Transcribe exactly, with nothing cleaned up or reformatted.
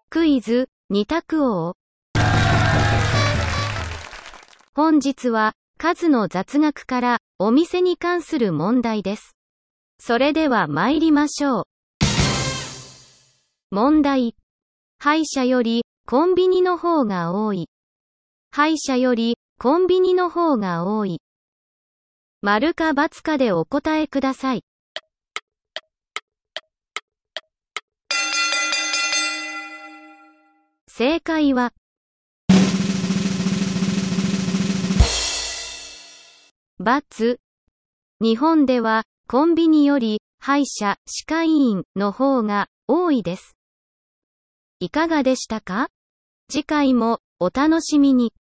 クイズ、二択王。本日は、数の雑学から、お店に関する問題です。それでは参りましょう。問題。歯医者より、コンビニの方が多い。歯医者より、コンビニの方が多い。丸か×かでお答えください。正解は、×。日本では、コンビニより、歯医者、歯科医院の方が多いです。いかがでしたか？次回もお楽しみに。